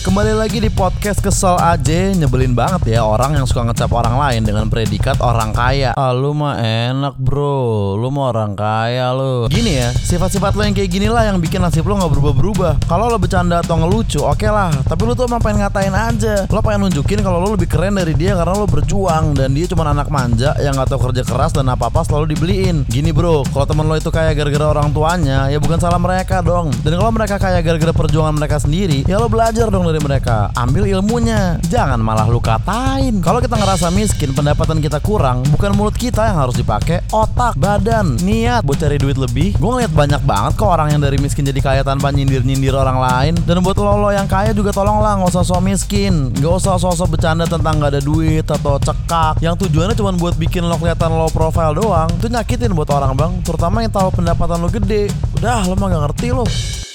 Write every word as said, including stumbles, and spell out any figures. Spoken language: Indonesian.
Kembali lagi di podcast Kesel Aja. Nyebelin banget ya orang yang suka ngecap orang lain dengan predikat orang kaya. Ah lu mah enak bro, lu mah orang kaya lu. Gini ya, sifat-sifat lo yang kayak gini lah yang bikin nasib lo gak berubah-berubah. Kalau lo bercanda atau ngelucu oke okay lah, tapi lo tuh emang pengen ngatain aja. Lo pengen nunjukin kalau lo lebih keren dari dia karena lo berjuang, dan dia cuma anak manja yang gak tahu kerja keras dan apa-apa selalu dibeliin. Gini bro, kalau temen lo itu kaya gara-gara orang tuanya, ya bukan salah mereka dong. Dan kalau mereka kaya gara-gara perjuangan mereka sendiri, ya lo belajar dong dari mereka, ambil ilmunya, jangan malah lu katain. Kalau kita ngerasa miskin, pendapatan kita kurang, bukan mulut kita yang harus dipakai, otak, badan, niat buat cari duit lebih. Gue ngeliat banyak banget kok orang yang dari miskin jadi kaya tanpa nyindir-nyindir orang lain. Dan buat lo-lo yang kaya juga tolonglah gak usah so miskin, gak usah so-so bercanda tentang gak ada duit atau cekak yang tujuannya cuma buat bikin lo kelihatan low profile doang. Itu nyakitin buat orang bang, terutama yang tahu pendapatan lo gede. Udah lo mah gak ngerti lo.